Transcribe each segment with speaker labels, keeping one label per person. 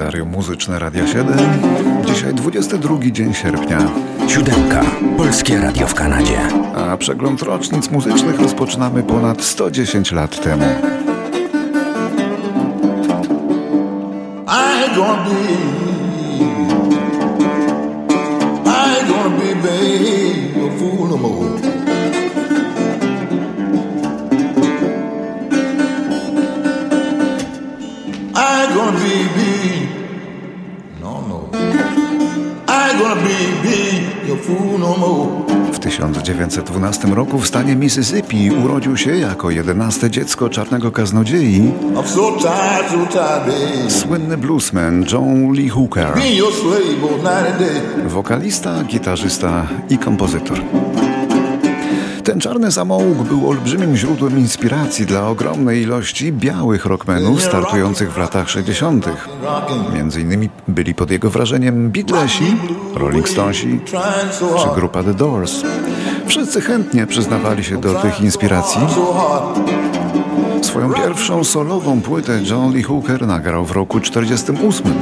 Speaker 1: Kalendarium muzyczne Radia 7. Dzisiaj 22 dzień sierpnia.
Speaker 2: 7. Polskie Radio w Kanadzie.
Speaker 1: A przegląd rocznic muzycznych rozpoczynamy ponad 110 lat temu.
Speaker 3: I ain't gonna be, babe, a fool no more. I ain't gonna be, no. I ain't gonna be a fool no more.
Speaker 1: W 1912 roku w stanie Mississippi urodził się jako 11. dziecko czarnego kaznodziei słynny bluesman John Lee Hooker, wokalista, gitarzysta i kompozytor. Ten czarny samouk był olbrzymim źródłem inspiracji dla ogromnej ilości białych rockmenów startujących w latach 60. Między innymi byli pod jego wrażeniem Beatlesi, Rolling Stonesi czy grupa The Doors. Wszyscy chętnie przyznawali się do tych inspiracji. Swoją pierwszą solową płytę John Lee Hooker nagrał w roku 1948.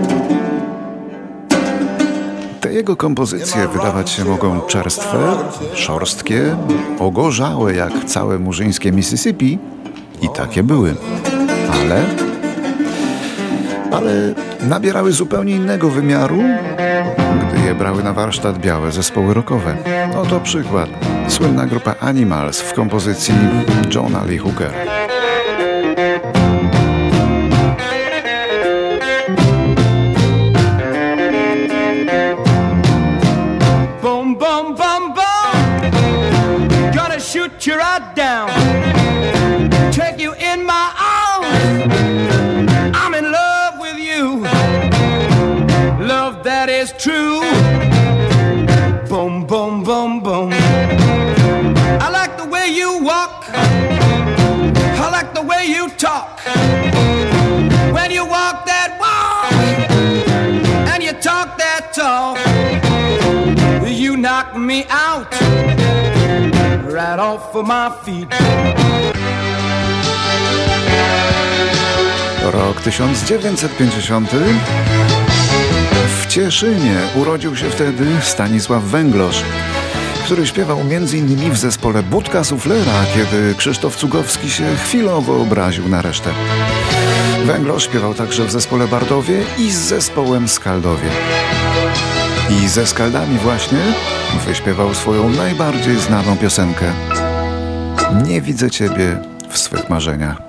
Speaker 1: Te jego kompozycje wydawać się mogą czerstwe, szorstkie, ogorzałe jak całe murzyńskie Mississippi i takie były. Ale nabierały zupełnie innego wymiaru, gdy je brały na warsztat białe zespoły rockowe. Oto przykład. Słynna grupa Animals w kompozycji Johna Lee Hooker.
Speaker 4: Shoot you right down, take you in my arms. I'm in love with you, love that is true. Boom, boom, boom, boom. I like the way you walk, I like the way you talk. When you walk that walk and you talk that talk, you knock me out right off of my feet.
Speaker 1: Rok 1950. W Cieszynie urodził się wtedy Stanisław Węglosz, który śpiewał m.in. w zespole Budka Suflera, kiedy Krzysztof Cugowski się chwilowo obraził na resztę. Węglosz śpiewał także w zespole Bardowie i z zespołem Skaldowie. I ze Skaldami właśnie wyśpiewał swoją najbardziej znaną piosenkę Nie widzę ciebie w swych marzeniach.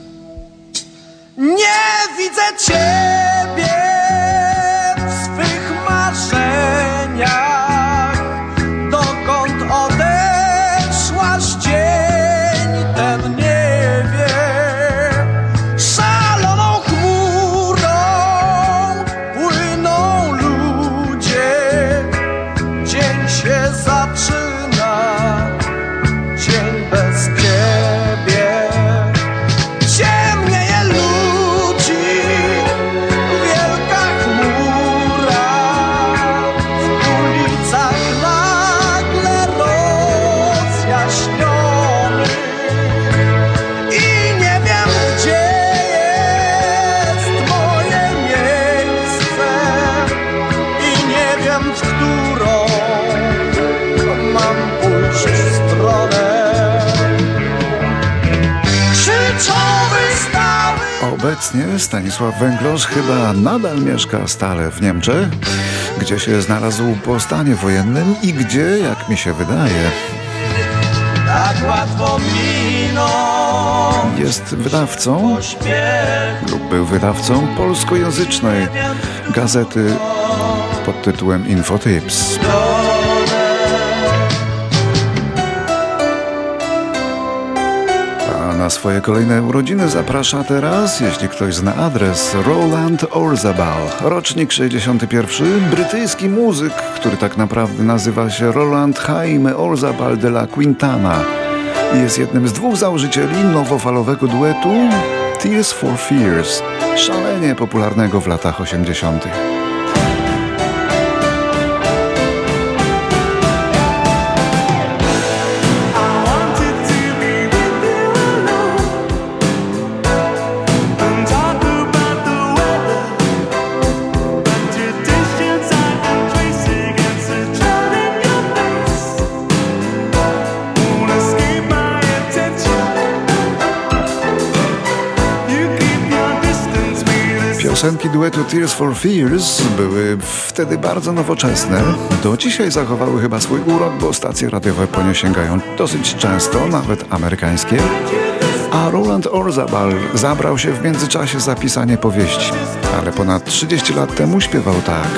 Speaker 4: Nie widzę ciebie w swych marzeniach, dokąd odeszłaś dzień ten nie wie. Szaloną chmurą płyną ludzie, dzień się zaczyna, dzień bez ciebie. Ciemnieje ludzi, wielka chmura, w ulicach nagle rozjaśniony. I nie wiem, gdzie jest moje miejsce, i nie wiem, w którą mam pójść stronę. Krzyczowy stały.
Speaker 1: Obecnie Stanisław Węglosz chyba nadal mieszka stale w Niemczech, gdzie się znalazł po stanie wojennym i gdzie, jak mi się wydaje,
Speaker 4: Tak łatwo miną
Speaker 1: jest wydawcą
Speaker 4: pośpiech.
Speaker 1: lub był wydawcą polskojęzycznej gazety pod tytułem Infotips. A na swoje kolejne urodziny zaprasza teraz, jeśli ktoś zna adres, Roland Orzabal, rocznik 61, brytyjski muzyk, który tak naprawdę nazywa się Roland Jaime Orzabal de la Quintana i jest jednym z dwóch założycieli nowofalowego duetu Tears for Fears, szalenie popularnego w latach 80. Piosenki duetu Tears for Fears były wtedy bardzo nowoczesne. Do dzisiaj zachowały chyba swój urok, bo stacje radiowe po nie sięgają dosyć często, nawet amerykańskie. A Roland Orzabal zabrał się w międzyczasie za pisanie powieści, ale ponad 30 lat temu śpiewał tak.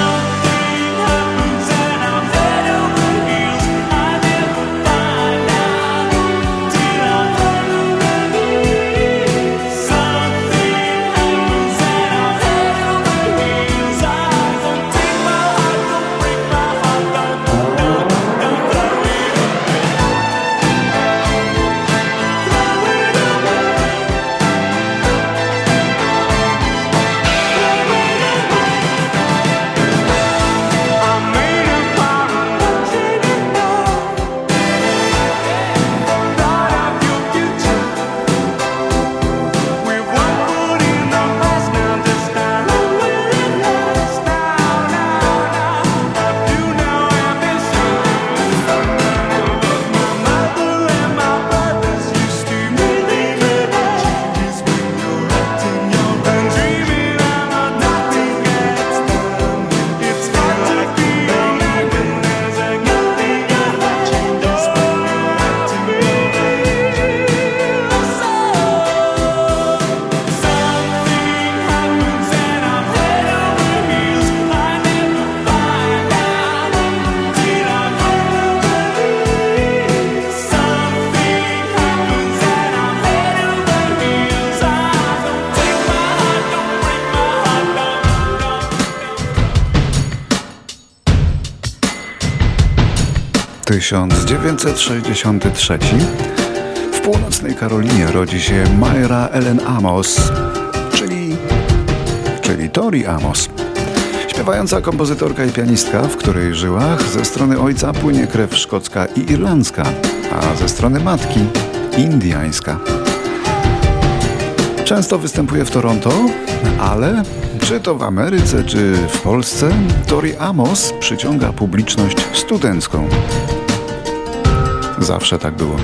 Speaker 1: 1963 w północnej Karolinie rodzi się Myra Ellen Amos, czyli Tori Amos. Śpiewająca kompozytorka i pianistka, w której żyłach ze strony ojca płynie krew szkocka i irlandzka, a ze strony matki indiańska. Często występuje w Toronto, ale czy to w Ameryce, czy w Polsce, Tori Amos przyciąga publiczność studencką. Zawsze tak było.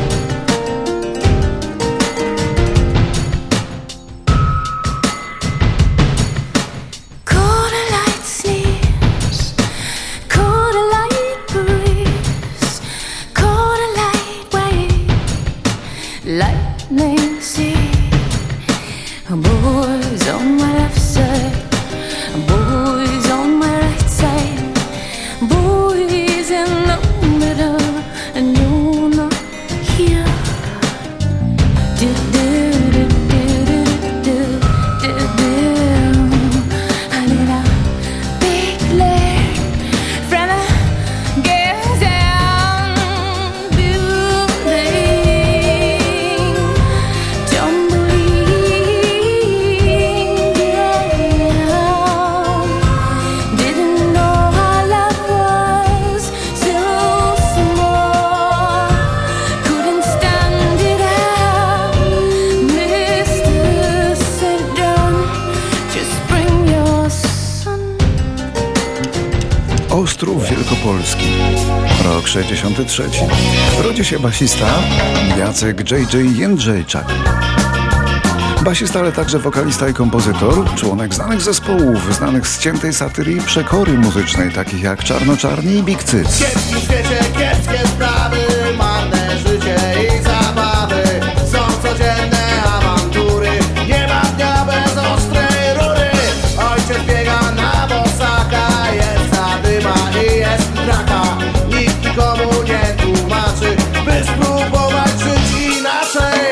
Speaker 1: Ostrów Wielkopolski, rok 63. Rodzi się basista Jacek J.J. Jędrzejczak. Basista, ale także wokalista i kompozytor, członek znanych zespołów, znanych z ciętej satyry i przekory muzycznej, takich jak Czarnoczarni i Big Cyc.
Speaker 5: Kiepski w świecie, kiepskie sprawy, marne życie i zabawy. Są codzienne awantury, nie ma dnia bez ostrej rury. Ojciec biega na bosaka, jest zadyma i jest draka. Nikt nikomu nie tłumaczy, by spróbować żyć inaczej.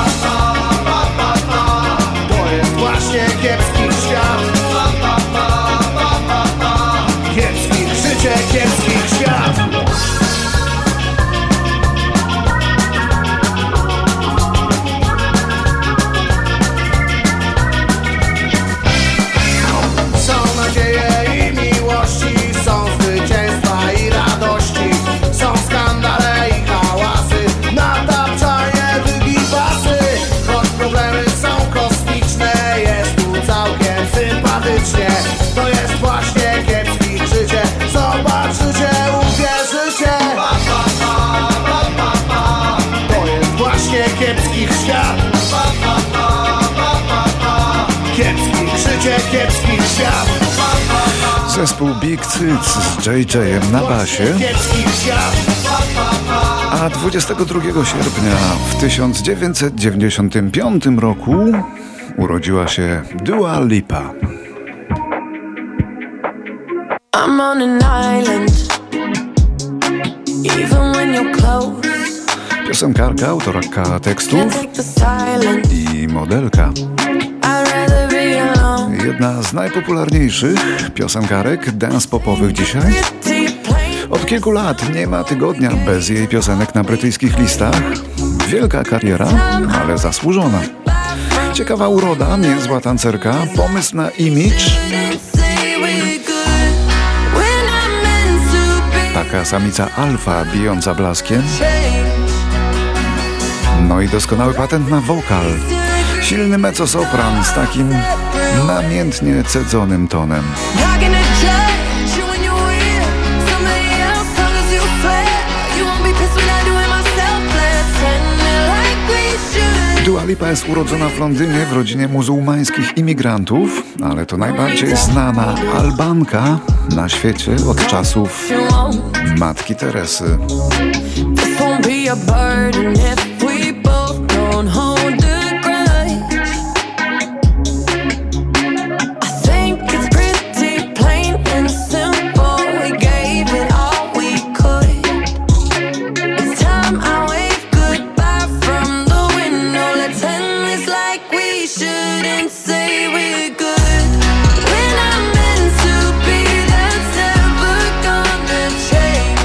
Speaker 5: To jest właśnie kiepski świat. Kiepskich życie, kiepskich świat. Są nadzieje i miłości, są zwycięstwa i radości. Są skandale i hałasy, natapczanie, wygibasy. Choć problemy są kosmiczne, jest tu całkiem sympatycznie. To jest właśnie kiepskich życie, zobaczycie, uwierzycie. To jest właśnie kiepskich świat. Kiepskich życie, kiepski świat.
Speaker 1: Zespół Big Cyc z JJ-em na basie.
Speaker 5: Kiepski świat.
Speaker 1: A 22 sierpnia w 1995 roku urodziła się Dua Lipa.
Speaker 6: I'm on an island, even when you're close.
Speaker 1: Piosenkarka, autorka tekstów
Speaker 6: Can't take the silence.
Speaker 1: i modelka.
Speaker 6: I'd rather be alone.
Speaker 1: Jedna z najpopularniejszych piosenkarek dance popowych dzisiaj.
Speaker 6: Pretty plain.
Speaker 1: Od kilku lat nie ma tygodnia bez jej piosenek na brytyjskich listach. Wielka kariera, ale zasłużona. Ciekawa uroda, niezła tancerka, pomysł na image.
Speaker 6: Didn't say we're good when I'm meant to be.
Speaker 1: Taka samica alfa bijąca blaskiem.
Speaker 6: Change.
Speaker 1: No i doskonały patent na wokal. Silny mezzosopran z takim namiętnie cedzonym tonem.
Speaker 6: Not gonna judge you when you're with somebody else, long as you swear you won't be pissed when I do it myself. Pretend like we should.
Speaker 1: Dua Lipa jest urodzona w Londynie w rodzinie muzułmańskich imigrantów, ale to najbardziej znana Albanka na świecie od czasów
Speaker 6: You won't.
Speaker 1: Matki Teresy.
Speaker 6: This won't be a burden if we both don't hold a grudge. I think it's pretty plain and simple. We gave it all we could. It's time I wave goodbye from the window. Let's end this like we should and say we're good. When I'm meant to be, that's never gonna change.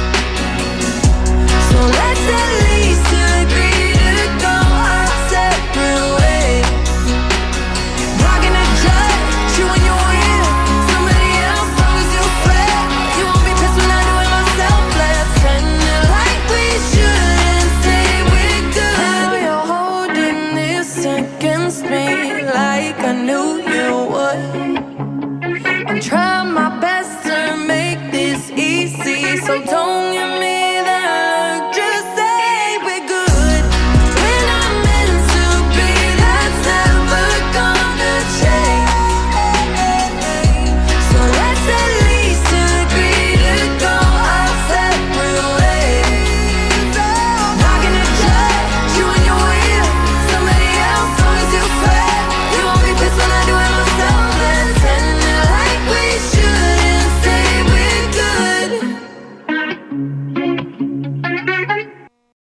Speaker 6: So let's at least agree to go our separate ways. Not gonna judge you when you're with somebody else, long as you swear you won't be pissed when I do it myself. Let's end it like we should and say we're good. Now you're holding this against me like I knew you would. I'm trying